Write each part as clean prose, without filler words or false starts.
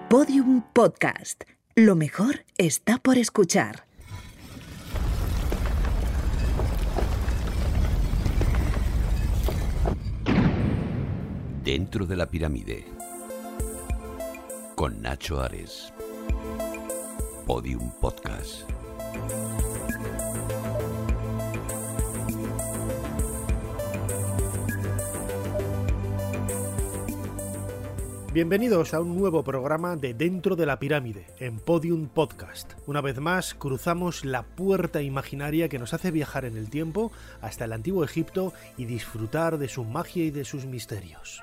Podium Podcast. Lo mejor está por escuchar. Dentro de la pirámide, con Nacho Ares. Podium Podcast. Bienvenidos a un nuevo programa de Dentro de la Pirámide, en Podium Podcast. Una vez más, cruzamos la puerta imaginaria que nos hace viajar en el tiempo hasta el Antiguo Egipto y disfrutar de su magia y de sus misterios.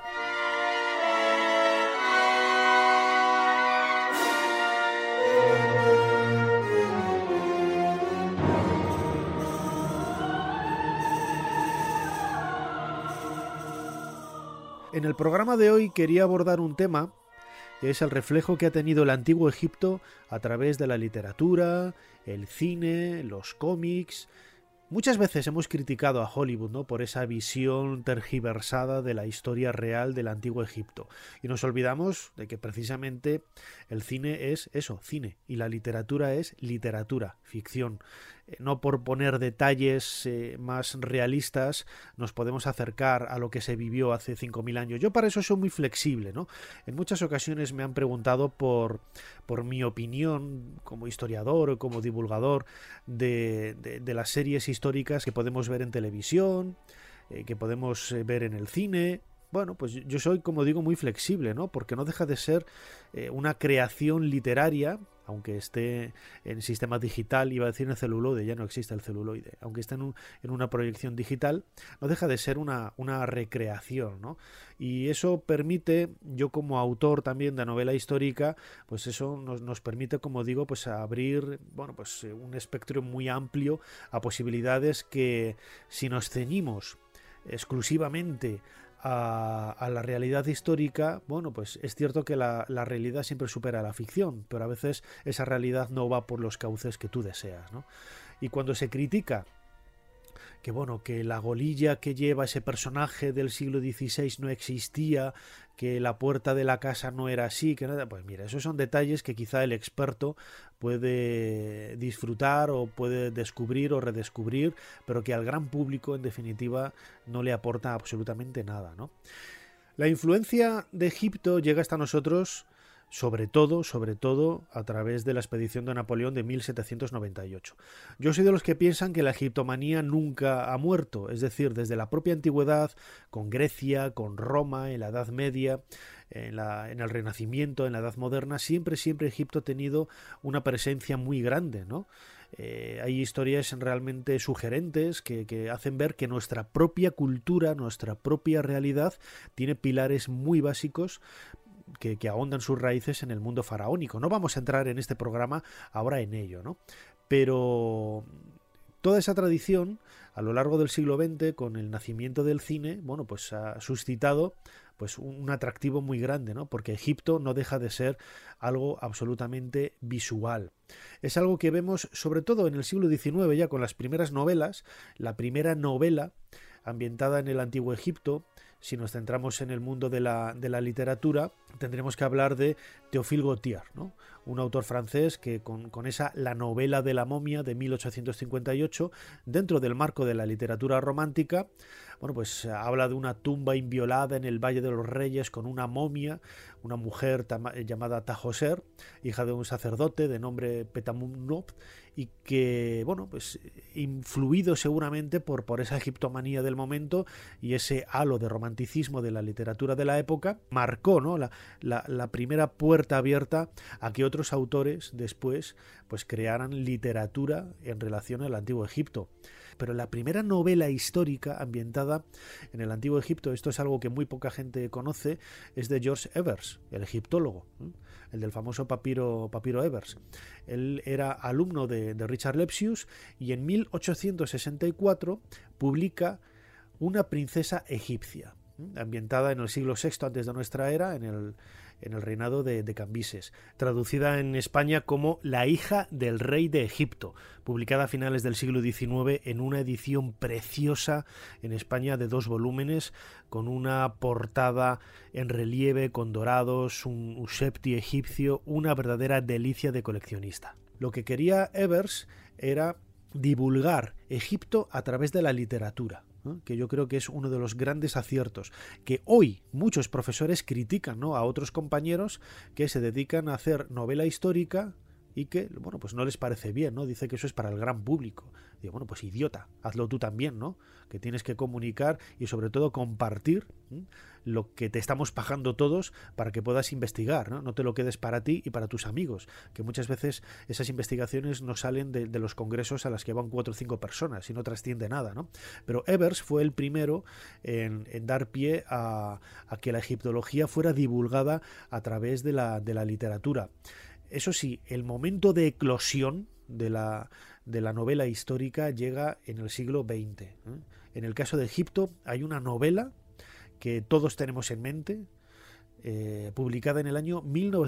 En el programa de hoy quería abordar un tema que es el reflejo que ha tenido el Antiguo Egipto a través de la literatura, el cine, los cómics. Muchas veces hemos criticado a Hollywood, ¿no?, por esa visión tergiversada de la historia real del Antiguo Egipto. Y nos olvidamos de que precisamente el cine es eso, cine, y la literatura es literatura, ficción. No por poner detalles más realistas nos podemos acercar a lo que se vivió hace 5.000 años. Yo para eso soy muy flexible, ¿no? En muchas ocasiones me han preguntado por mi opinión como historiador o como divulgador de las series históricas que podemos ver en televisión, que podemos ver en el cine. Bueno, pues yo soy, como digo, muy flexible, ¿no? Porque no deja de ser una creación literaria, aunque esté en sistema digital, iba a decir en celuloide, ya no existe el celuloide, aunque esté en una proyección digital, no deja de ser una recreación, ¿no? Y eso permite, yo como autor también de novela histórica, pues eso nos permite, como digo, pues abrir, bueno, pues un espectro muy amplio a posibilidades que, si nos ceñimos exclusivamente a la realidad histórica, bueno, pues es cierto que la realidad siempre supera la ficción, pero a veces esa realidad no va por los cauces que tú deseas, ¿no? Y cuando se critica que, bueno, que la golilla que lleva ese personaje del siglo XVI no existía, que la puerta de la casa no era así, que nada, pues mira, esos son detalles que quizá el experto puede disfrutar o puede descubrir o redescubrir, pero que al gran público, en definitiva, no le aporta absolutamente nada, ¿no? La influencia de Egipto llega hasta nosotros sobre todo a través de la expedición de Napoleón de 1798. Yo soy de los que piensan que la egiptomanía nunca ha muerto, es decir, desde la propia antigüedad, con Grecia, con Roma, en la Edad Media, en el Renacimiento, en la Edad Moderna, siempre Egipto ha tenido una presencia muy grande, ¿no? Hay historias realmente sugerentes que hacen ver que nuestra propia cultura, nuestra propia realidad tiene pilares muy básicos que ahondan sus raíces en el mundo faraónico. No vamos a entrar en este programa ahora en ello, ¿no? Pero toda esa tradición, a lo largo del siglo XX, con el nacimiento del cine, bueno, pues ha suscitado pues un atractivo muy grande, ¿no? Porque Egipto no deja de ser algo absolutamente visual. Es algo que vemos sobre todo en el siglo XIX, ya con las primeras novelas. La primera novela ambientada en el Antiguo Egipto, si nos centramos en el mundo de la literatura, tendremos que hablar de Théophile Gautier, ¿no? Un autor francés que con esa La novela de la momia de 1858, dentro del marco de la literatura romántica, bueno, pues habla de una tumba inviolada en el Valle de los Reyes con una momia, una mujer llamada Tahoser, hija de un sacerdote de nombre Petamounoph, y que, bueno, pues influido seguramente por esa egiptomanía del momento y ese halo de romanticismo de la literatura de la época, marcó, ¿no?, la primera puerta abierta a que otros autores después pues crearan literatura en relación al Antiguo Egipto. Pero la primera novela histórica ambientada en el Antiguo Egipto, esto es algo que muy poca gente conoce, es de George Evers, el egiptólogo, el del famoso papiro Evers. Él era alumno de Richard Lepsius y en 1864 publica Una princesa egipcia. ambientada en el siglo VI antes de nuestra era, en el reinado de Cambises, traducida en España como La hija del rey de Egipto, publicada a finales del siglo XIX en una edición preciosa en España de 2 volúmenes, con una portada en relieve con dorados, un Ushepti egipcio, una verdadera delicia de coleccionista. Lo que quería Evers era divulgar Egipto a través de la literatura, que yo creo que es uno de los grandes aciertos, que hoy muchos profesores critican, ¿no?, a otros compañeros que se dedican a hacer novela histórica y que, bueno, pues no les parece bien, ¿no? Dice que eso es para el gran público. Digo, bueno, pues idiota, hazlo tú también, ¿no? Que tienes que comunicar y sobre todo compartir lo que te estamos pagando todos para que puedas investigar, ¿no? No te lo quedes para ti y para tus amigos, que muchas veces esas investigaciones no salen de los congresos a las que van 4 o 5 personas y no trasciende nada, ¿no? Pero Evers fue el primero en dar pie a que la egiptología fuera divulgada a través de la literatura. Eso sí, el momento de eclosión de la novela histórica llega en el siglo XX. En el caso de Egipto hay una novela que todos tenemos en mente, publicada en el año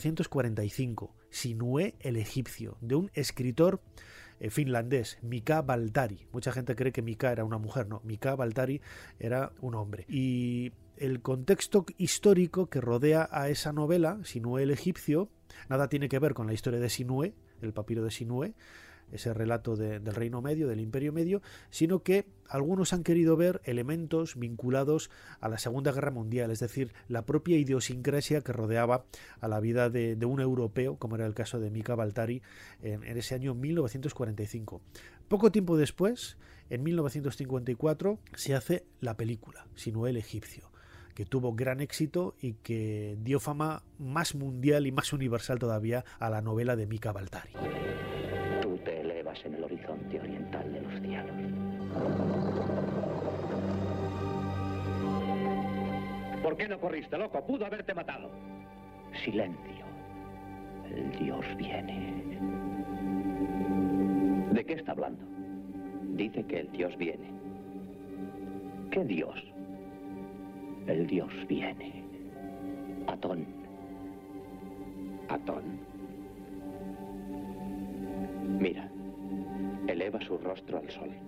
1945, Sinué el egipcio, de un escritor finlandés, Mika Waltari. Mucha gente cree que Mika era una mujer, no, Mika Waltari era un hombre. Y el contexto histórico que rodea a esa novela, Sinué el egipcio, nada tiene que ver con la historia de Sinué, el papiro de Sinué, ese relato del Reino Medio, del Imperio Medio, sino que algunos han querido ver elementos vinculados a la Segunda Guerra Mundial, es decir, la propia idiosincrasia que rodeaba a la vida de un europeo, como era el caso de Mika Waltari en ese año 1945. Poco tiempo después, en 1954, se hace la película, Sinué el egipcio, que tuvo gran éxito y que dio fama más mundial y más universal todavía a la novela de Mika Waltari. Tú te elevas en el horizonte oriental de los cielos. ¿Por qué no corriste, loco? Pudo haberte matado. Silencio. El Dios viene. ¿De qué está hablando? Dice que el Dios viene. ¿Qué Dios? El Dios viene. Atón. Atón. Mira, eleva su rostro al sol.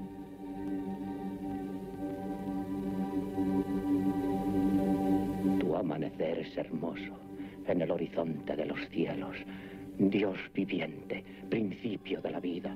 Tu amanecer es hermoso en el horizonte de los cielos. Dios viviente, principio de la vida.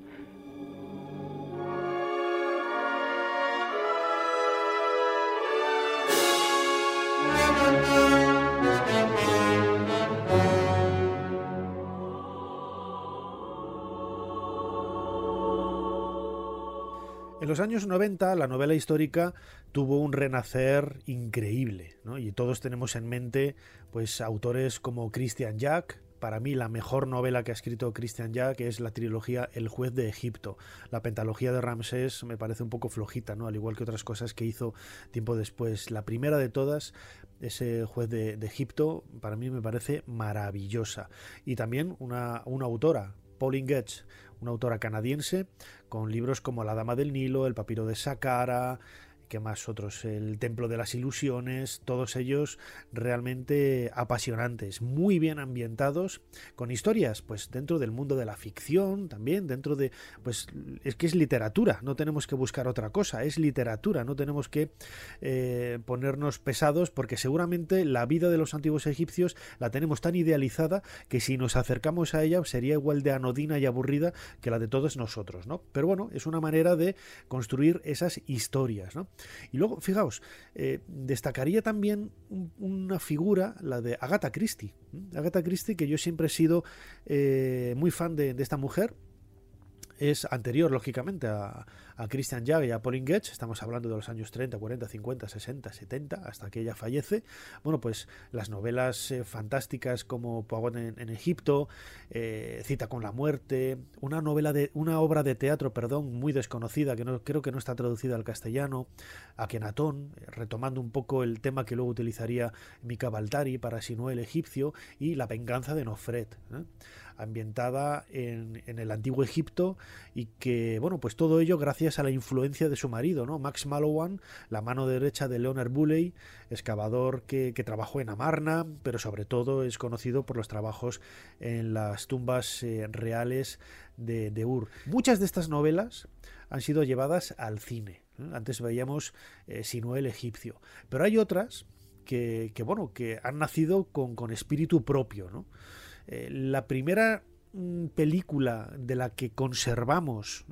En los años 90 la novela histórica tuvo un renacer increíble, ¿no? Y todos tenemos en mente pues autores como Christian Jack. Para mí la mejor novela que ha escrito Christian Jack es la trilogía El juez de Egipto. La pentalogía de Ramsés me parece un poco flojita, ¿no? Al igual que otras cosas que hizo tiempo después. La primera de todas, ese juez de Egipto, para mí me parece maravillosa. Y también una autora, Pauline Goetz, una autora canadiense, con libros como La dama del Nilo, El papiro de Saqqara, ¿qué más otros? El templo de las ilusiones, todos ellos realmente apasionantes, muy bien ambientados, con historias pues dentro del mundo de la ficción, también dentro de, pues es que es literatura, no tenemos que buscar otra cosa, es literatura, no tenemos que ponernos pesados, porque seguramente la vida de los antiguos egipcios la tenemos tan idealizada que si nos acercamos a ella sería igual de anodina y aburrida que la de todos nosotros, ¿no? Pero bueno, es una manera de construir esas historias, ¿no? Y luego, fijaos, destacaría también una figura, la de Agatha Christie. Agatha Christie, que yo siempre he sido muy fan de esta mujer. Es anterior, lógicamente, a Christian Jack y a Pauline Goetz. Estamos hablando de los años 30, 40, 50, 60, 70, hasta que ella fallece. Bueno, pues las novelas fantásticas como Poirot en Egipto, Cita con la muerte, una obra de teatro, muy desconocida, que creo que no está traducida al castellano, Akenatón, retomando un poco el tema que luego utilizaría Mika Waltari para Sinué el egipcio, y La venganza de Nofret, ambientada en el antiguo Egipto, y que, bueno, pues todo ello gracias gracias a la influencia de su marido, ¿no? Max Mallowan, la mano derecha de Leonard Bulley, excavador que trabajó en Amarna, pero sobre todo es conocido por los trabajos en las tumbas reales de Ur. Muchas de estas novelas han sido llevadas al cine. Antes veíamos Sinué el egipcio, pero hay otras que han nacido con espíritu propio, ¿no? La primera película de la que conservamos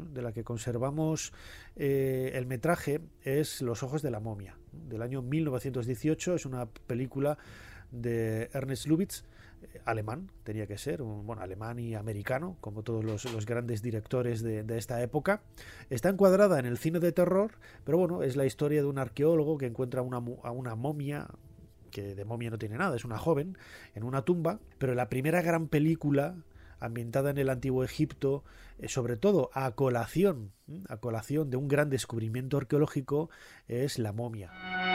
el metraje es Los ojos de la momia, del año 1918. Es una película de Ernst Lubitsch, alemán, tenía que ser, alemán y americano, como todos los grandes directores de esta época. Está encuadrada en el cine de terror, pero es la historia de un arqueólogo que encuentra a una momia, que de momia no tiene nada, es una joven, en una tumba. Pero la primera gran película ambientada en el Antiguo Egipto, sobre todo a colación de un gran descubrimiento arqueológico, es La momia.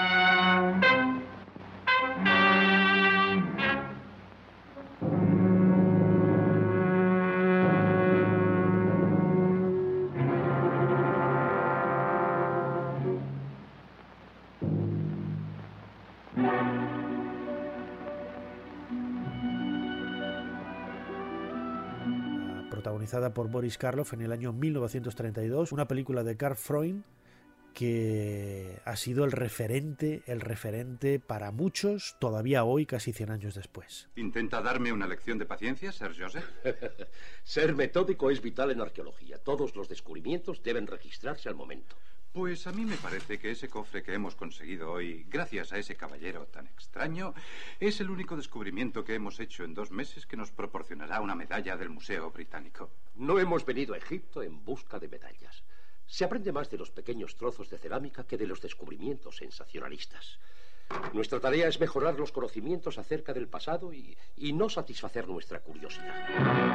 Protagonizada por Boris Karloff en el año 1932, una película de Karl Freund que ha sido el referente para muchos todavía hoy, casi 100 años después. ¿Intenta darme una lección de paciencia, Sir Joseph? Ser metódico es vital en arqueología. Todos los descubrimientos deben registrarse al momento. Pues a mí me parece que ese cofre que hemos conseguido hoy, gracias a ese caballero tan extraño, es el único descubrimiento que hemos hecho en 2 meses que nos proporcionará una medalla del Museo Británico. No hemos venido a Egipto en busca de medallas. Se aprende más de los pequeños trozos de cerámica que de los descubrimientos sensacionalistas. Nuestra tarea es mejorar los conocimientos acerca del pasado y no satisfacer nuestra curiosidad.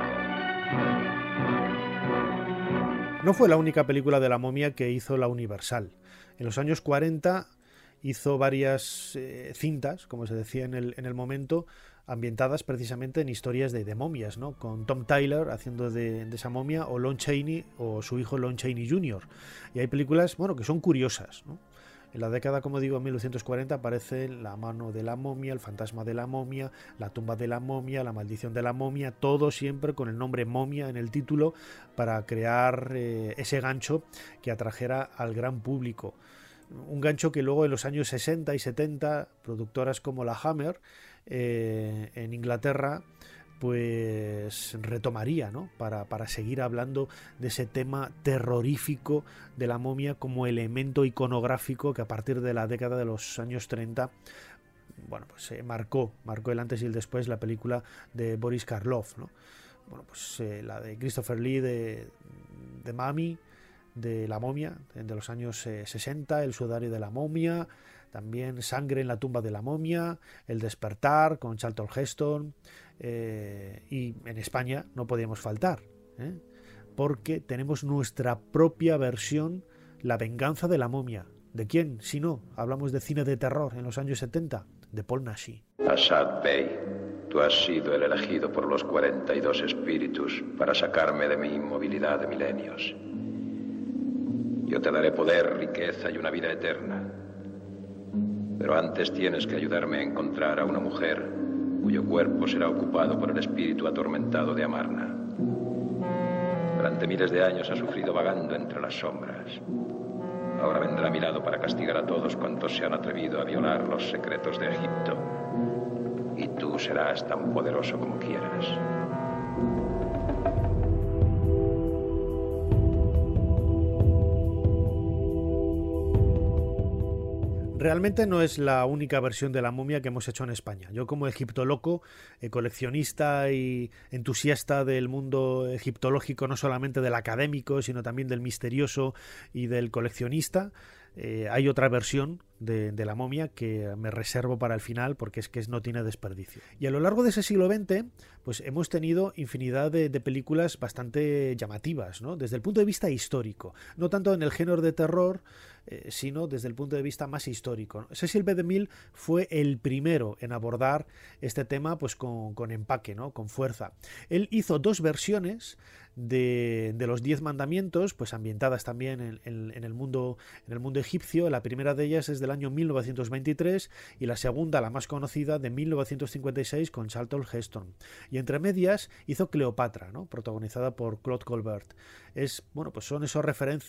No fue la única película de la momia que hizo la Universal. En los años 40 hizo varias cintas, como se decía en el momento, ambientadas precisamente en historias de momias, ¿no? Con Tom Tyler haciendo de esa momia, o Lon Chaney, o su hijo Lon Chaney Jr. Y hay películas, que son curiosas, ¿no? En la década, como digo, 1940 aparece La mano de la momia, El fantasma de la momia, La tumba de la momia, La maldición de la momia, todo siempre con el nombre momia en el título para crear ese gancho que atrajera al gran público. Un gancho que luego en los años 60 y 70 productoras como la Hammer en Inglaterra pues retomaría, ¿no? para seguir hablando de ese tema terrorífico de la momia como elemento iconográfico que a partir de la década de los años 30 marcó el antes y el después la película de Boris Karloff, ¿no? La de Christopher Lee de Mummy, de la momia, de los años 60, El sudario de la momia, también Sangre en la tumba de la momia, El despertar con Charlton Heston, y en España no podíamos faltar, porque tenemos nuestra propia versión, La venganza de la momia. ¿De quién? Si no, hablamos de cine de terror en los años 70, de Paul Naschy. Asad Bey, tú has sido el elegido por los 42 espíritus para sacarme de mi inmovilidad de milenios. Yo te daré poder, riqueza y una vida eterna. Pero antes tienes que ayudarme a encontrar a una mujer cuyo cuerpo será ocupado por el espíritu atormentado de Amarna. Durante miles de años ha sufrido vagando entre las sombras. Ahora vendrá a mi lado para castigar a todos cuantos se han atrevido a violar los secretos de Egipto. Y tú serás tan poderoso como quieras. Realmente no es la única versión de la momia que hemos hecho en España. Yo, como egiptoloco, coleccionista y entusiasta del mundo egiptológico, no solamente del académico, sino también del misterioso y del coleccionista, hay otra versión de la momia que me reservo para el final porque es que no tiene desperdicio. Y a lo largo de ese siglo XX pues hemos tenido infinidad de películas bastante llamativas, ¿no? Desde el punto de vista histórico, no tanto en el género de terror, sino desde el punto de vista más histórico. Cecil B. DeMille fue el primero en abordar este tema pues con empaque, ¿no? Con fuerza. Él hizo 2 versiones de los 10 mandamientos, pues ambientadas también en el mundo egipcio. La primera de ellas es del año 1923 y la segunda, la más conocida, de 1956 con Charlton Heston. Y entre medias hizo Cleopatra, ¿no? Protagonizada por Claude Colbert. Pues son esos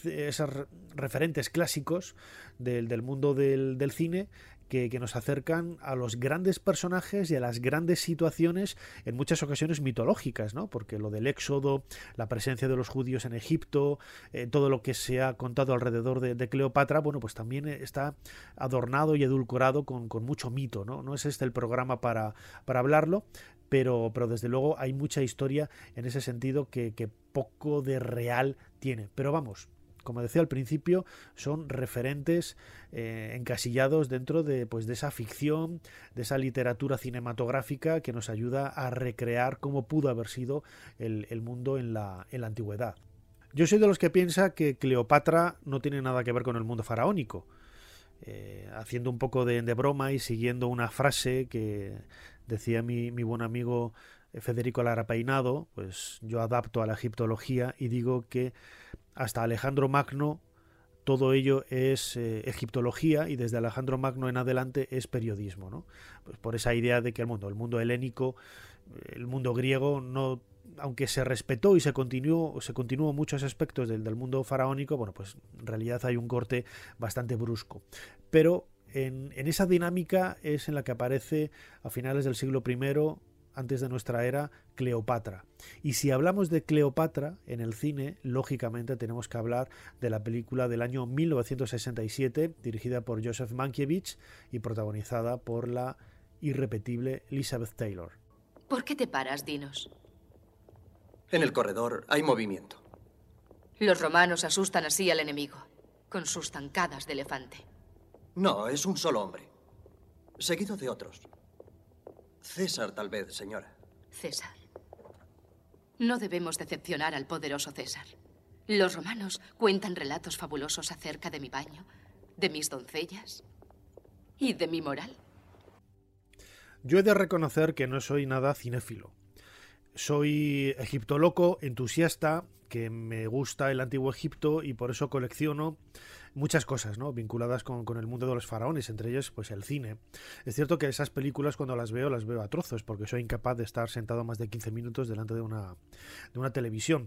referentes clásicos del mundo del cine que nos acercan a los grandes personajes y a las grandes situaciones, en muchas ocasiones mitológicas, ¿no? Porque lo del Éxodo, la presencia de los judíos en Egipto, todo lo que se ha contado alrededor de Cleopatra, bueno, pues también está adornado y edulcorado con mucho mito, ¿no? No es este el programa para hablarlo, pero desde luego hay mucha historia en ese sentido que poco de real tiene. Pero vamos, como decía al principio, son referentes encasillados dentro de esa ficción, de esa literatura cinematográfica que nos ayuda a recrear cómo pudo haber sido el mundo en la antigüedad. Yo soy de los que piensa que Cleopatra no tiene nada que ver con el mundo faraónico. Haciendo un poco de broma y siguiendo una frase que decía mi buen amigo Federico Lara Peinado, pues yo adapto a la egiptología y digo que hasta Alejandro Magno todo ello es egiptología, y desde Alejandro Magno en adelante es periodismo, ¿no? Pues por esa idea de que el mundo helénico, el mundo griego, no, aunque se respetó y se continuó muchos aspectos del mundo faraónico, bueno, pues en realidad hay un corte bastante brusco. Pero en esa dinámica es en la que aparece a finales del siglo I, antes de nuestra era, Cleopatra. Y si hablamos de Cleopatra en el cine, lógicamente tenemos que hablar de la película del año 1967, dirigida por Joseph Mankiewicz y protagonizada por la irrepetible Elizabeth Taylor. ¿Por qué te paras, dinos? En el corredor hay movimiento. Los romanos asustan así al enemigo, con sus zancadas de elefante. No, es un solo hombre, seguido de otros. César, tal vez, señora. César. No debemos decepcionar al poderoso César. Los romanos cuentan relatos fabulosos acerca de mi baño, de mis doncellas y de mi moral. Yo he de reconocer que no soy nada cinéfilo. Soy egiptoloco, entusiasta, que me gusta el antiguo Egipto y por eso colecciono muchas cosas, ¿no?, vinculadas con el mundo de los faraones, entre ellas pues el cine. Es cierto que esas películas cuando las veo a trozos, porque soy incapaz de estar sentado más de 15 minutos delante de una televisión.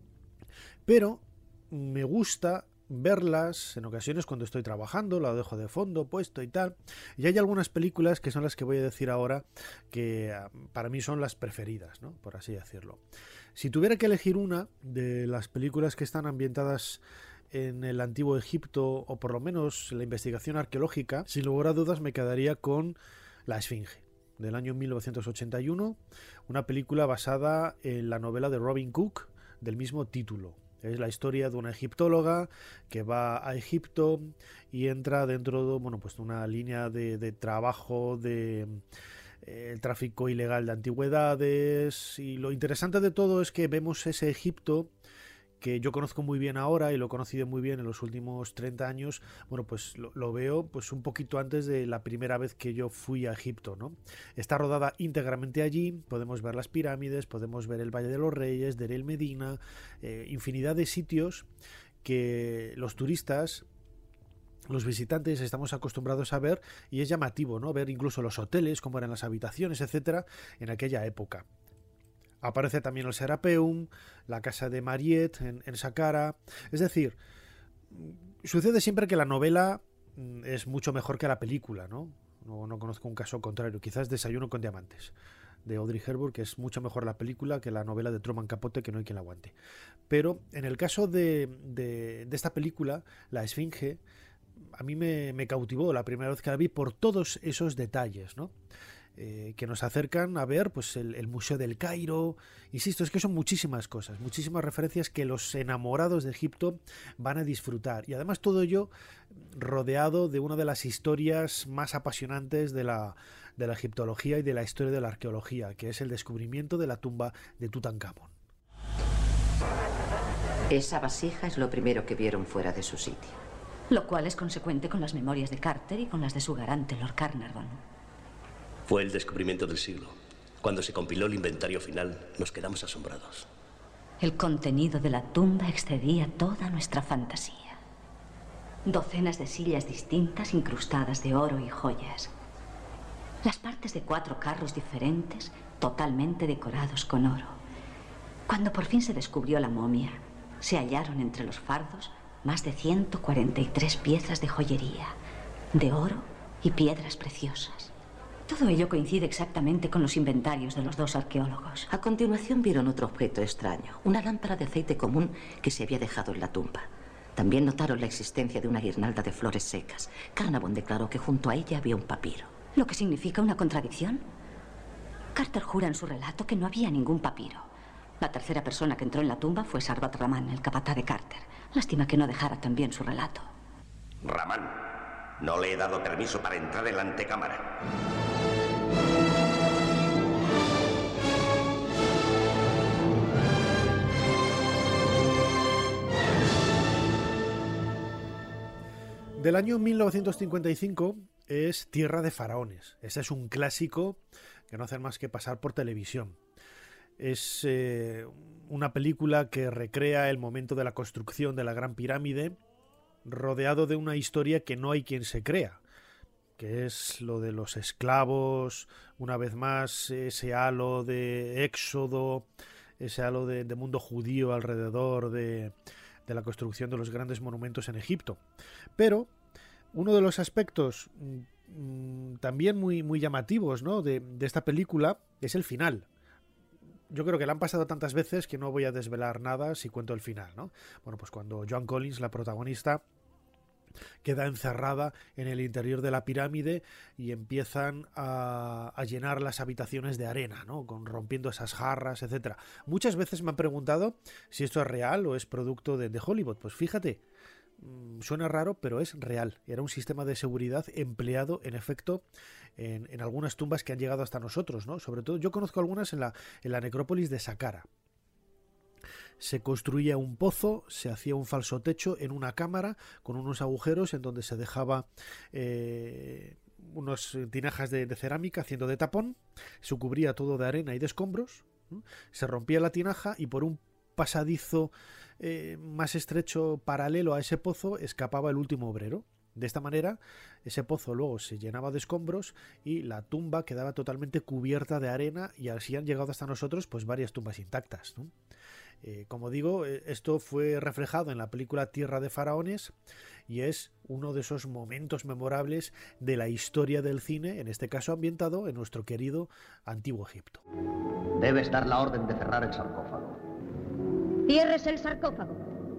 Pero me gusta verlas en ocasiones cuando estoy trabajando, la dejo de fondo puesto y tal. Y hay algunas películas que son las que voy a decir ahora que para mí son las preferidas, ¿no?, por así decirlo. Si tuviera que elegir una de las películas que están ambientadas en el antiguo Egipto, o por lo menos en la investigación arqueológica, sin lugar a dudas me quedaría con La Esfinge, del año 1981, una película basada en la novela de Robin Cook del mismo título. Es la historia de una egiptóloga que va a Egipto y entra dentro de una línea de trabajo de el tráfico ilegal de antigüedades, y lo interesante de todo es que vemos ese Egipto que yo conozco muy bien ahora y lo he conocido muy bien en los últimos 30 años, bueno, pues lo veo pues un poquito antes de la primera vez que yo fui a Egipto, ¿no? Está rodada íntegramente allí, podemos ver las pirámides, podemos ver el Valle de los Reyes, Deir el Medina, infinidad de sitios que los turistas, los visitantes, estamos acostumbrados a ver, y es llamativo, ¿no?, ver incluso los hoteles, cómo eran las habitaciones, etcétera, en aquella época. Aparece también el Serapeum, la casa de Mariette en Saqqara. Es decir, sucede siempre que la novela es mucho mejor que la película, ¿no? No conozco un caso contrario. Quizás Desayuno con diamantes, de Audrey Hepburn, que es mucho mejor la película que la novela de Truman Capote, que no hay quien la aguante. Pero en el caso de esta película, La Esfinge, a mí me cautivó la primera vez que la vi por todos esos detalles, ¿no?, que nos acercan a ver pues el Museo del Cairo. Insisto, es que son muchísimas cosas, muchísimas referencias que los enamorados de Egipto van a disfrutar, y además todo ello rodeado de una de las historias más apasionantes de la egiptología y de la historia de la arqueología, que es el descubrimiento de la tumba de Tutankamón. Esa vasija es lo primero que vieron fuera de su sitio. Lo cual es consecuente con las memorias de Carter y con las de su garante, Lord Carnarvon. Fue el descubrimiento del siglo. Cuando se compiló el inventario final, nos quedamos asombrados. El contenido de la tumba excedía toda nuestra fantasía. Docenas de sillas distintas incrustadas de oro y joyas. Las partes de 4 carros diferentes, totalmente decorados con oro. Cuando por fin se descubrió la momia, se hallaron entre los fardos más de 143 piezas de joyería, de oro y piedras preciosas. Todo ello coincide exactamente con los inventarios de los 2 arqueólogos. A continuación vieron otro objeto extraño, una lámpara de aceite común que se había dejado en la tumba. También notaron la existencia de una guirnalda de flores secas. Carnarvon declaró que junto a ella había un papiro. ¿Lo que significa una contradicción? Carter jura en su relato que no había ningún papiro. La tercera persona que entró en la tumba fue Sarbat Raman, el capataz de Carter. Lástima que no dejara también su relato. Raman, no le he dado permiso para entrar en la antecámara. Del año 1955 es Tierra de Faraones. Este es un clásico que no hacen más que pasar por televisión. Es una película que recrea el momento de la construcción de la Gran Pirámide, rodeado de una historia que no hay quien se crea, que es lo de los esclavos, una vez más ese halo de éxodo, ese halo de mundo judío alrededor de la construcción de los grandes monumentos en Egipto. Pero uno de los aspectos también muy llamativos, ¿no?, de esta película es el final. Yo creo que la han pasado tantas veces que no voy a desvelar nada si cuento el final, ¿no? Bueno, pues cuando Joan Collins, la protagonista, queda encerrada en el interior de la pirámide y empiezan a llenar las habitaciones de arena, ¿no?, rompiendo esas jarras, etcétera. Muchas veces me han preguntado si esto es real o es producto de Hollywood. Pues fíjate, suena raro, pero es real. Era un sistema de seguridad empleado, en efecto, en algunas tumbas que han llegado hasta nosotros, ¿no? Sobre todo, yo conozco algunas en la necrópolis de Saqqara. Se construía un pozo, se hacía un falso techo en una cámara con unos agujeros en donde se dejaba unas tinajas de cerámica haciendo de tapón, se cubría todo de arena y de escombros, ¿no? Se rompía la tinaja y por un pasadizo más estrecho paralelo a ese pozo escapaba el último obrero. De esta manera, ese pozo luego se llenaba de escombros y la tumba quedaba totalmente cubierta de arena, y así han llegado hasta nosotros pues varias tumbas intactas, ¿no? Como digo, esto fue reflejado en la película Tierra de Faraones y es uno de esos momentos memorables de la historia del cine, en este caso ambientado en nuestro querido Antiguo Egipto. Debes dar la orden de cerrar el sarcófago. Cierres el sarcófago.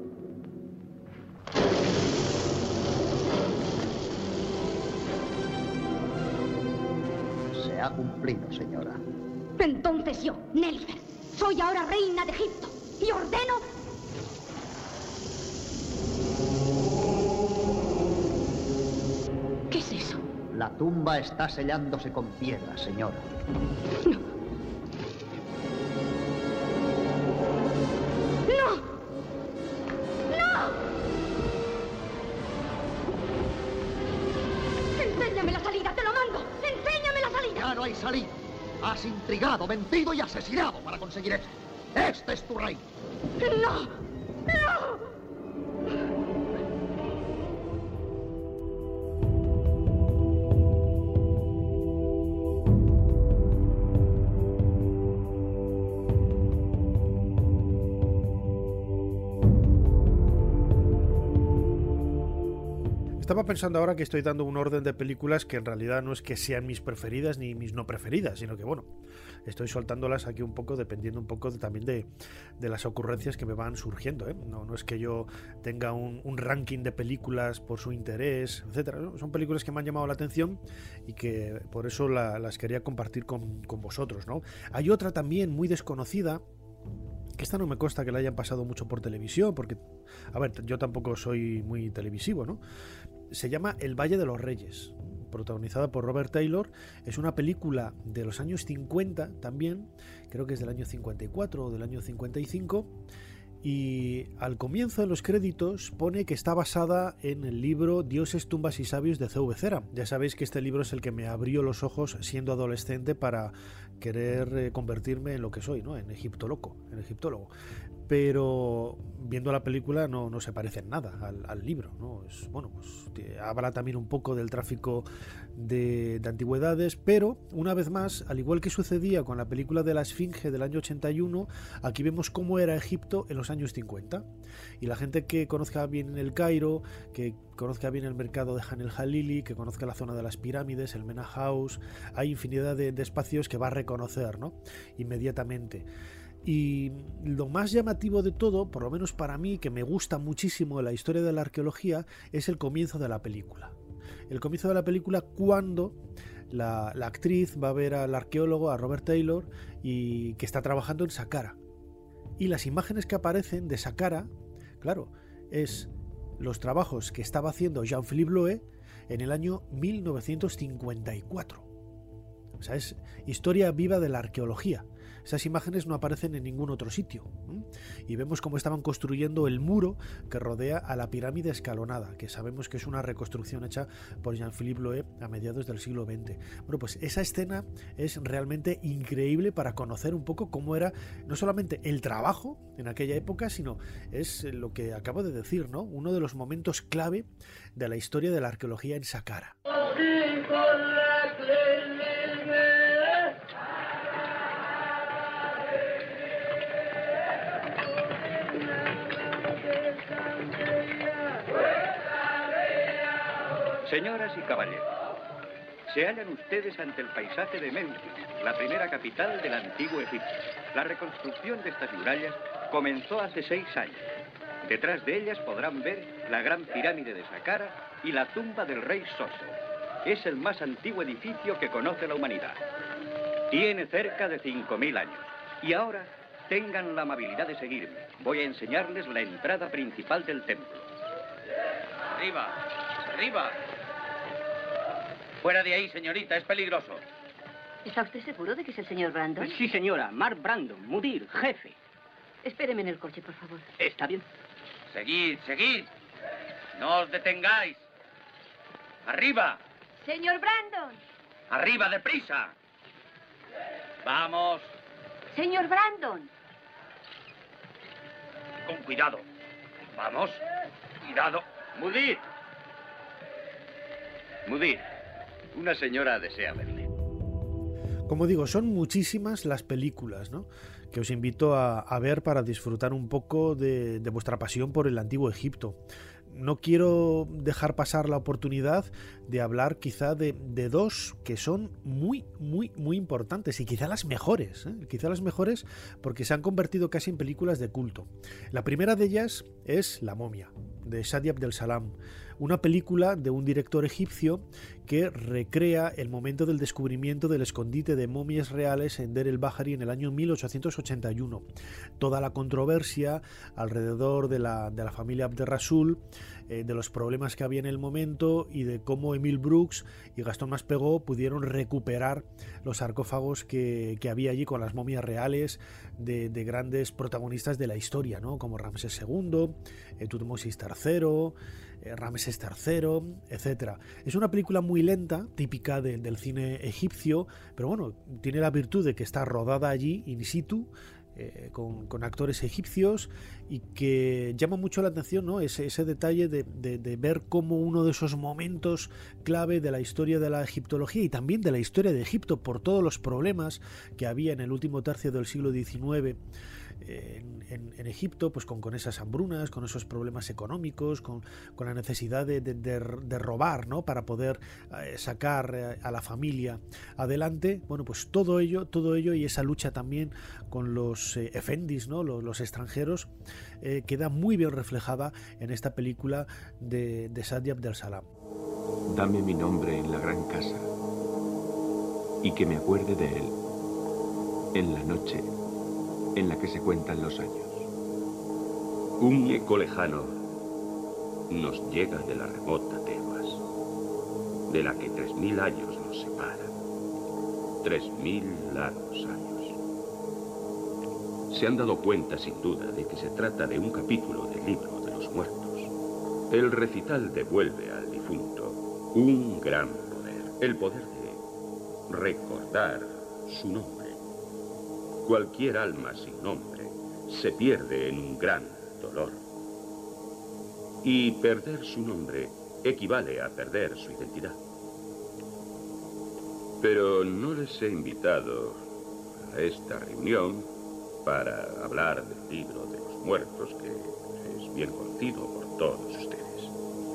Se ha cumplido, señora. Entonces yo, Nelifer, soy ahora reina de Egipto y ordeno... ¿Qué es eso? La tumba está sellándose con piedra, señora. No. ¡No! ¡No! ¡Enséñame la salida! ¡Te lo mando! ¡Enséñame la salida! Ya no hay salida. Has intrigado, mentido y asesinado para conseguir esto. Este es tu rey. ¡No! ¡No! Estaba pensando ahora que estoy dando un orden de películas que en realidad no es que sean mis preferidas ni mis no preferidas, sino que bueno, estoy soltándolas aquí un poco dependiendo un poco también de las ocurrencias que me van surgiendo, ¿eh? No es que yo tenga un ranking de películas por su interés, etcétera, ¿no? Son películas que me han llamado la atención y que por eso las quería compartir con vosotros, ¿no? Hay otra también muy desconocida, que esta no me consta que la hayan pasado mucho por televisión, porque, a ver, yo tampoco soy muy televisivo, ¿no? Se llama El Valle de los Reyes, protagonizada por Robert Taylor. Es una película de los años 50 también, creo que es del año 54 o del año 55, Y al comienzo, en los créditos, pone que está basada en el libro Dioses, tumbas y sabios de C.V. Cera. Ya sabéis que este libro es el que me abrió los ojos siendo adolescente para querer convertirme en lo que soy, ¿no? En egiptólogo. Pero viendo la película no se parece en nada al libro, ¿no? Habla también un poco del tráfico de antigüedades, pero una vez más, al igual que sucedía con la película de la Esfinge del año 81, aquí vemos cómo era Egipto en los años 50. Y la gente que conozca bien el Cairo, que conozca bien el mercado de Han el Jalili, que conozca la zona de las pirámides, el Mena House, hay infinidad de espacios que va a reconocer, ¿no? Inmediatamente. Y lo más llamativo de todo, por lo menos para mí, que me gusta muchísimo de la historia de la arqueología, es el comienzo de la película. El comienzo de la película cuando la actriz va a ver al arqueólogo, a Robert Taylor, y que está trabajando en Saqqara. Y las imágenes que aparecen de Saqqara, claro, es los trabajos que estaba haciendo Jean-Philippe Loewe en el año 1954. O sea, es historia viva de la arqueología. Esas imágenes no aparecen en ningún otro sitio. Y vemos cómo estaban construyendo el muro que rodea a la pirámide escalonada, que sabemos que es una reconstrucción hecha por Jean-Philippe Loewe a mediados del siglo XX. Bueno, pues esa escena es realmente increíble para conocer un poco cómo era no solamente el trabajo en aquella época, sino es lo que acabo de decir, ¿no? Uno de los momentos clave de la historia de la arqueología en Saqqara. Señoras y caballeros, se hallan ustedes ante el paisaje de Memphis, la primera capital del antiguo Egipto. La reconstrucción de estas murallas comenzó hace 6 años. Detrás de ellas podrán ver la gran pirámide de Saqqara y la tumba del rey Sose. Es el más antiguo edificio que conoce la humanidad. Tiene cerca de 5.000 años. Y ahora, tengan la amabilidad de seguirme. Voy a enseñarles la entrada principal del templo. ¡Arriba! ¡Arriba! Fuera de ahí, señorita, es peligroso. ¿Está usted seguro de que es el señor Brandon? Sí, señora. Mark Brandon, mudir, jefe. Espéreme en el coche, por favor. Está bien. Seguid, seguid. No os detengáis. ¡Arriba! ¡Señor Brandon! ¡Arriba, deprisa! ¡Vamos! ¡Señor Brandon! Con cuidado. ¡Vamos! ¡Cuidado! ¡Mudir! Mudir, una señora desea verle. Como digo, son muchísimas las películas, ¿no?, que os invito a ver para disfrutar un poco de vuestra pasión por el antiguo Egipto. No quiero dejar pasar la oportunidad de hablar quizá de dos que son muy importantes y quizá las mejores, porque se han convertido casi en películas de culto. La primera de ellas es La momia, de Shadi Abdel Salam, una película de un director egipcio que recrea el momento del descubrimiento del escondite de momias reales en Der el-Bahari en el año 1881. Toda la controversia alrededor de la familia Abderrasul, de los problemas que había en el momento y de cómo Emile Brooks y Gastón Maspero pudieron recuperar los sarcófagos que había allí con las momias reales de grandes protagonistas de la historia, ¿no?, como Ramsés II, Tutmosis III, Ramsés III, etc. Es una película muy lenta, típica del cine egipcio, pero bueno, tiene la virtud de que está rodada allí in situ, con actores egipcios, y que llama mucho la atención, ¿no?, ese detalle de ver cómo uno de esos momentos clave de la historia de la egiptología y también de la historia de Egipto, por todos los problemas que había en el último tercio del siglo XIX en Egipto, pues con esas hambrunas, con esos problemas económicos, con la necesidad de robar, ¿no?, para poder sacar a la familia adelante. Bueno, pues todo ello y esa lucha también con los efendis, ¿no?, los extranjeros, queda muy bien reflejada en esta película de Shadi Abdel Salam. Dame mi nombre en la gran casa y que me acuerde de él en la noche en la que se cuentan los años. Un eco lejano nos llega de la remota Tebas, de la que 3000 años nos separan. 3000 largos años. se han dado cuenta sin duda de que se trata de un capítulo del libro de los muertos. El recital devuelve al difunto un gran poder, el poder de recordar su nombre. Cualquier alma sin nombre se pierde en un gran dolor. Y perder su nombre equivale a perder su identidad. Pero no les he invitado a esta reunión para hablar del libro de los muertos, que es bien conocido por todos ustedes.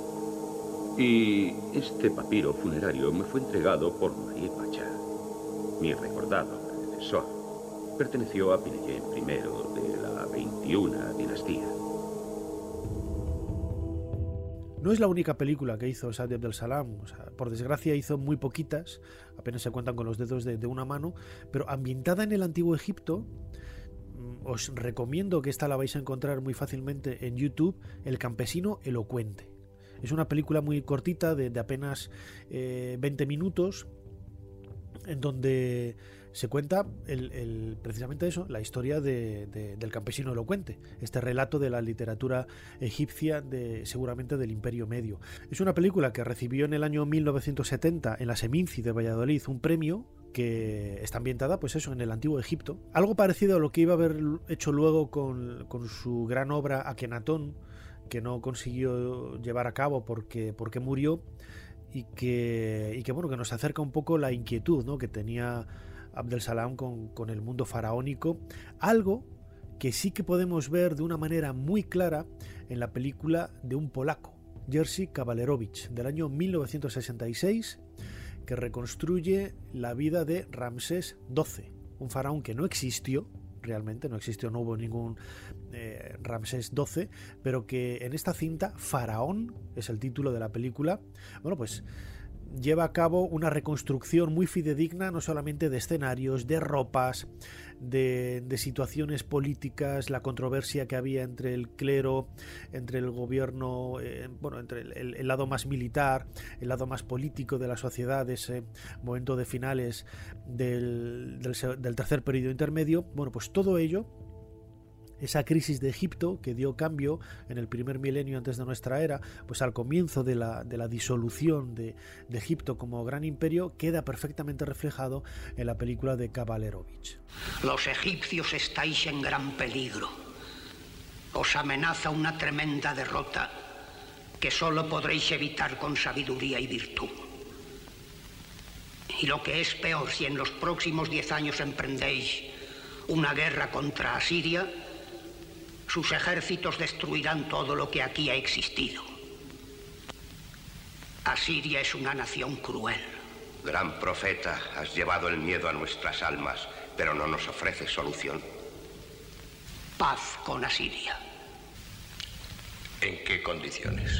Y este papiro funerario me fue entregado por Marie Pachá, mi recordado predecesor. Perteneció a Pineyen I de la 21 dinastía. No es la única película que hizo Saadi Abdel-Salam. O sea, por desgracia hizo muy poquitas, apenas se cuentan con los dedos de una mano, pero ambientada en el Antiguo Egipto. Os recomiendo que esta la vais a encontrar muy fácilmente en YouTube, El campesino elocuente. Es una película muy cortita, de apenas 20 minutos, en donde se cuenta precisamente eso, la historia del campesino elocuente, este relato de la literatura egipcia seguramente del Imperio Medio. Es una película que recibió en el año 1970 en la Seminci de Valladolid un premio que está ambientada, pues eso, en el Antiguo Egipto. Algo parecido a lo que iba a haber hecho luego con su gran obra Akenatón, que no consiguió llevar a cabo porque murió, y que bueno, que nos acerca un poco la inquietud, ¿no?, que tenía Abdel-Salam con el mundo faraónico, algo que sí que podemos ver de una manera muy clara en la película de un polaco, Jerzy Kawalerowicz, del año 1966, que reconstruye la vida de Ramsés XII, un faraón que no existió, realmente no existió, no hubo ningún Ramsés XII, pero que en esta cinta, Faraón es el título de la película, bueno, pues lleva a cabo una reconstrucción muy fidedigna, no solamente de escenarios, de ropas, de situaciones políticas, la controversia que había entre el clero, entre el gobierno, bueno, entre el lado más militar, el lado más político de la sociedad, de ese momento de finales del tercer periodo intermedio. Bueno, pues todo ello, esa crisis de Egipto que dio cambio en el primer milenio antes de nuestra era, pues al comienzo de la disolución de Egipto como gran imperio, queda perfectamente reflejado en la película de Kawalerowicz. Los egipcios estáis en gran peligro. Os amenaza una tremenda derrota que solo podréis evitar con sabiduría y virtud. Y lo que es peor, si en los próximos 10 años emprendéis una guerra contra Asiria, sus ejércitos destruirán todo lo que aquí ha existido. Asiria es una nación cruel. Gran profeta, has llevado el miedo a nuestras almas, pero no nos ofreces solución. Paz con Asiria. ¿En qué condiciones?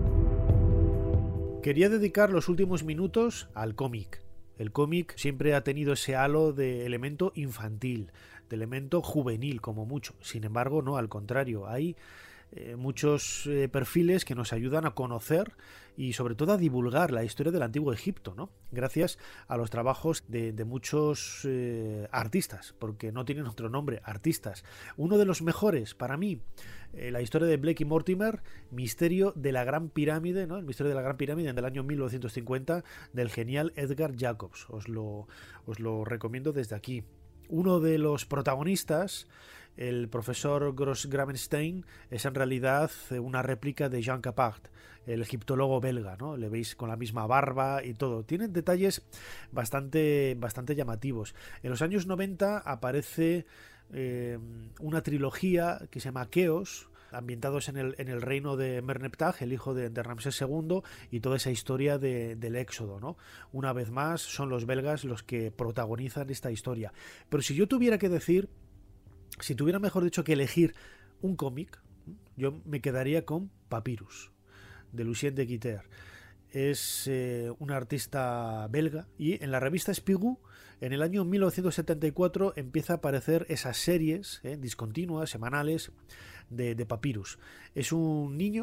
Quería dedicar los últimos minutos al cómic. El cómic siempre ha tenido ese halo de elemento infantil, de elemento juvenil como mucho. Sin embargo, no, al contrario, hay muchos perfiles que nos ayudan a conocer y sobre todo a divulgar la historia del Antiguo Egipto, ¿no? Gracias a los trabajos de muchos artistas, porque no tienen otro nombre, artistas. Uno de los mejores para mí, la historia de Blake y Mortimer, Misterio de la Gran Pirámide, ¿no? El Misterio de la Gran Pirámide del año 1950 del genial Edgar Jacobs. Os lo recomiendo desde aquí. Uno de los protagonistas, el profesor Gross-Gravenstein, es en realidad una réplica de Jean Capart, el egiptólogo belga, ¿no? Le veis con la misma barba y todo. Tienen detalles bastante llamativos. En los años 90 aparece una trilogía que se llama Keos, ambientados en el reino de Merneptah, el hijo de Ramsés II, y toda esa historia del éxodo, ¿no? Una vez más son los belgas los que protagonizan esta historia. Pero si yo tuviera que decir, si tuviera mejor dicho que elegir un cómic, yo me quedaría con Papyrus, de Lucien de Guiter. Es un artista belga, y en la revista Spirou, en el año 1974, empieza a aparecer esas series discontinuas, semanales, de Papyrus. Es un niño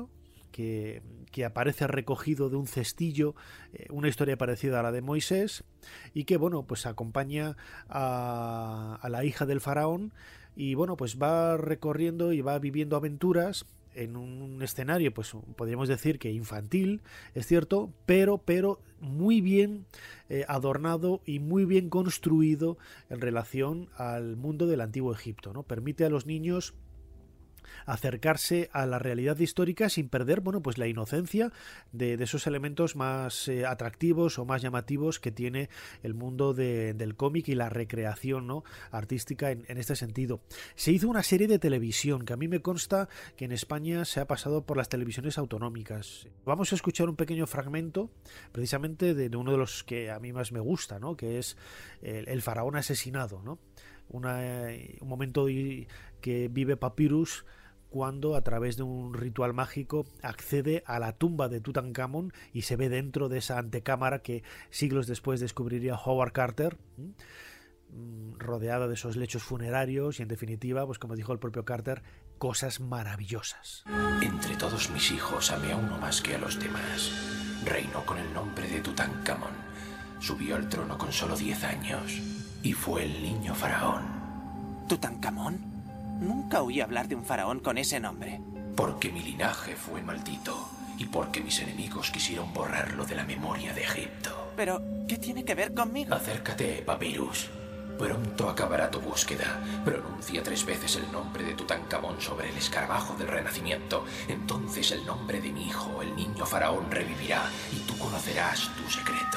que aparece recogido de un cestillo, una historia parecida a la de Moisés, y que bueno, pues acompaña a la hija del faraón, y bueno, pues va recorriendo y va viviendo aventuras en un escenario, pues podríamos decir que infantil, es cierto, pero muy bien adornado y muy bien construido en relación al mundo del Antiguo Egipto, ¿no? Permite a los niños acercarse a la realidad histórica sin perder, bueno, pues la inocencia de esos elementos más atractivos o más llamativos que tiene el mundo del cómic y la recreación, ¿no?, artística en este sentido. Se hizo una serie de televisión que a mí me consta que en España se ha pasado por las televisiones autonómicas. Vamos a escuchar un pequeño fragmento precisamente de uno de los que a mí más me gusta, ¿no?, que es el faraón asesinado, ¿no? Un momento que vive Papyrus cuando a través de un ritual mágico accede a la tumba de Tutankamón y se ve dentro de esa antecámara que siglos después descubriría Howard Carter, rodeada de esos lechos funerarios y en definitiva, pues como dijo el propio Carter, cosas maravillosas. Entre todos mis hijos amé a uno más que a los demás. Reinó con el nombre de Tutankamón. Subió al trono con solo 10 años y fue el niño faraón. ¿Tutankamón? Nunca oí hablar de un faraón con ese nombre. Porque mi linaje fue maldito y porque mis enemigos quisieron borrarlo de la memoria de Egipto. Pero, ¿qué tiene que ver conmigo? Acércate, Papyrus. Pronto acabará tu búsqueda. Pronuncia 3 veces el nombre de Tutankamón sobre el escarabajo del Renacimiento. Entonces el nombre de mi hijo, el niño faraón, revivirá y tú conocerás tu secreto.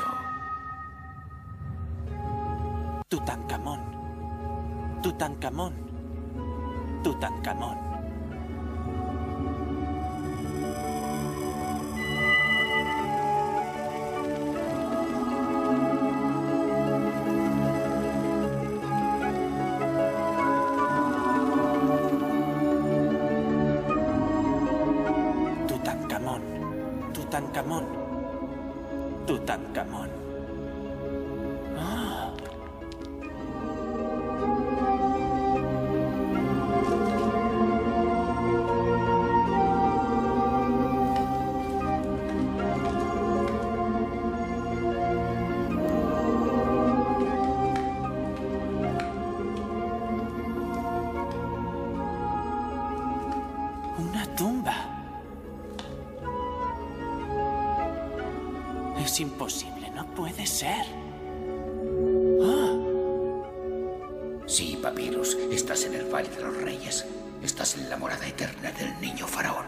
Tutankamón. Tutankamón. Tutankamón. Tutankamón. Tutankamón. Tutankamón. ¡Ah! Una tumba. Es imposible, no puede ser. ¡Ah! Sí, Papyrus, estás en el Valle de los Reyes. Estás en la morada eterna del niño faraón.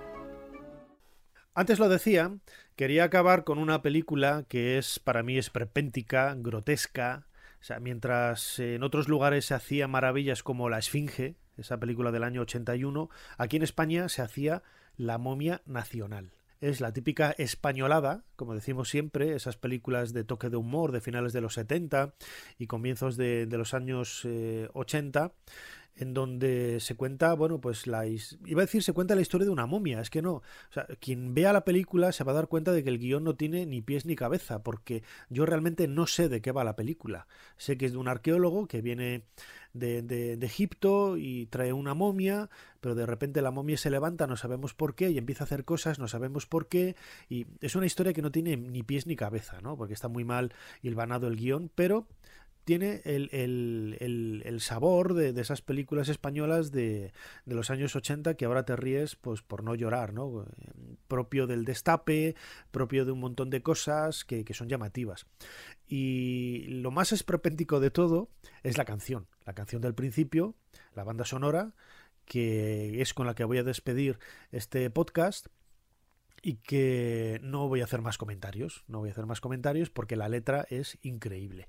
Antes lo decía, quería acabar con una película que para mí es esperpéntica, grotesca. O sea, mientras en otros lugares se hacían maravillas como La Esfinge, esa película del año 81, aquí en España se hacía La Momia Nacional. Es la típica españolada, como decimos siempre, esas películas de toque de humor de finales de los 70 y comienzos de los años 80, en donde se cuenta, bueno, pues se cuenta la historia de una momia, es que no, o sea, quien vea la película se va a dar cuenta de que el guión no tiene ni pies ni cabeza, porque yo realmente no sé de qué va la película. Sé que es de un arqueólogo que viene de Egipto y trae una momia, pero de repente la momia se levanta, no sabemos por qué, y empieza a hacer cosas, no sabemos por qué, y es una historia que no tiene ni pies ni cabeza, ¿no? Porque está muy mal hilvanado el guión, pero tiene el sabor de esas películas españolas de los años 80 que ahora te ríes pues por no llorar, ¿no? Propio del destape, propio de un montón de cosas que son llamativas. Y lo más esperpéntico de todo es la canción del principio, la banda sonora, que es con la que voy a despedir este podcast. Y que no voy a hacer más comentarios, porque la letra es increíble.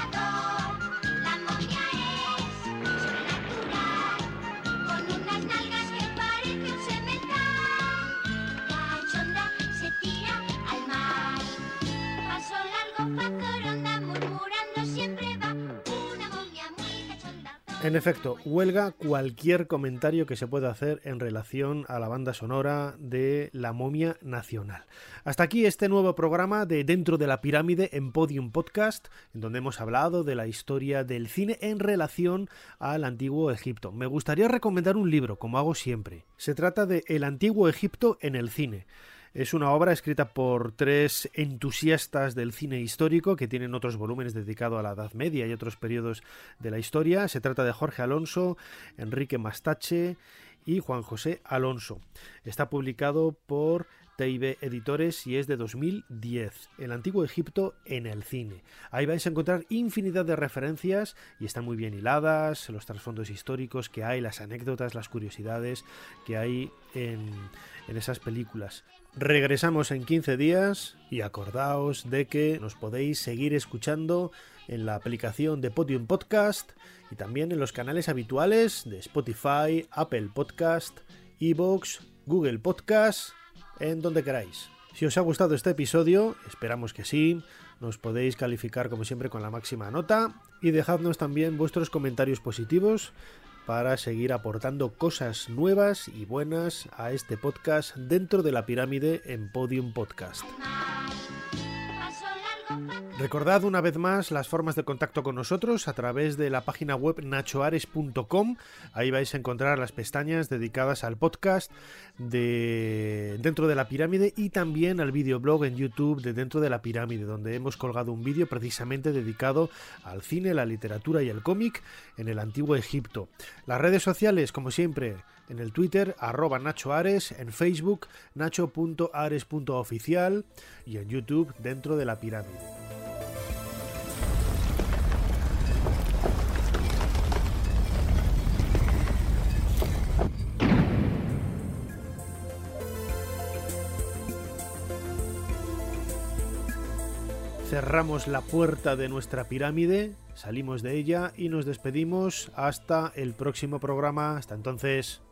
Con unas nalgas En efecto, huelga cualquier comentario que se pueda hacer en relación a la banda sonora de La Momia Nacional. Hasta aquí este nuevo programa de Dentro de la Pirámide en Podium Podcast, en donde hemos hablado de la historia del cine en relación al Antiguo Egipto. Me gustaría recomendar un libro, como hago siempre. Se trata de El Antiguo Egipto en el cine. Es una obra escrita por 3 entusiastas del cine histórico que tienen otros volúmenes dedicados a la Edad Media y otros periodos de la historia. Se trata de Jorge Alonso, Enrique Mastache y Juan José Alonso. Está publicado por TIB Editores y es de 2010. El Antiguo Egipto en el cine. Ahí vais a encontrar infinidad de referencias y están muy bien hiladas, los trasfondos históricos que hay, las anécdotas, las curiosidades que hay en esas películas. Regresamos en 15 días y acordaos de que nos podéis seguir escuchando en la aplicación de Podium Podcast y también en los canales habituales de Spotify, Apple Podcast, iVoox, Google Podcast, en donde queráis. Si os ha gustado este episodio, esperamos que sí, nos podéis calificar como siempre con la máxima nota y dejadnos también vuestros comentarios positivos para seguir aportando cosas nuevas y buenas a este podcast Dentro de la Pirámide en Podium Podcast. Recordad una vez más las formas de contacto con nosotros a través de la página web nachoares.com. Ahí vais a encontrar las pestañas dedicadas al podcast de Dentro de la Pirámide y también al videoblog en YouTube de Dentro de la Pirámide, donde hemos colgado un vídeo precisamente dedicado al cine, la literatura y el cómic en el Antiguo Egipto. Las redes sociales, como siempre, en el Twitter, @NachoAres, en Facebook, nacho.ares.oficial y en YouTube, Dentro de la Pirámide. Cerramos la puerta de nuestra pirámide, salimos de ella y nos despedimos hasta el próximo programa. Hasta entonces.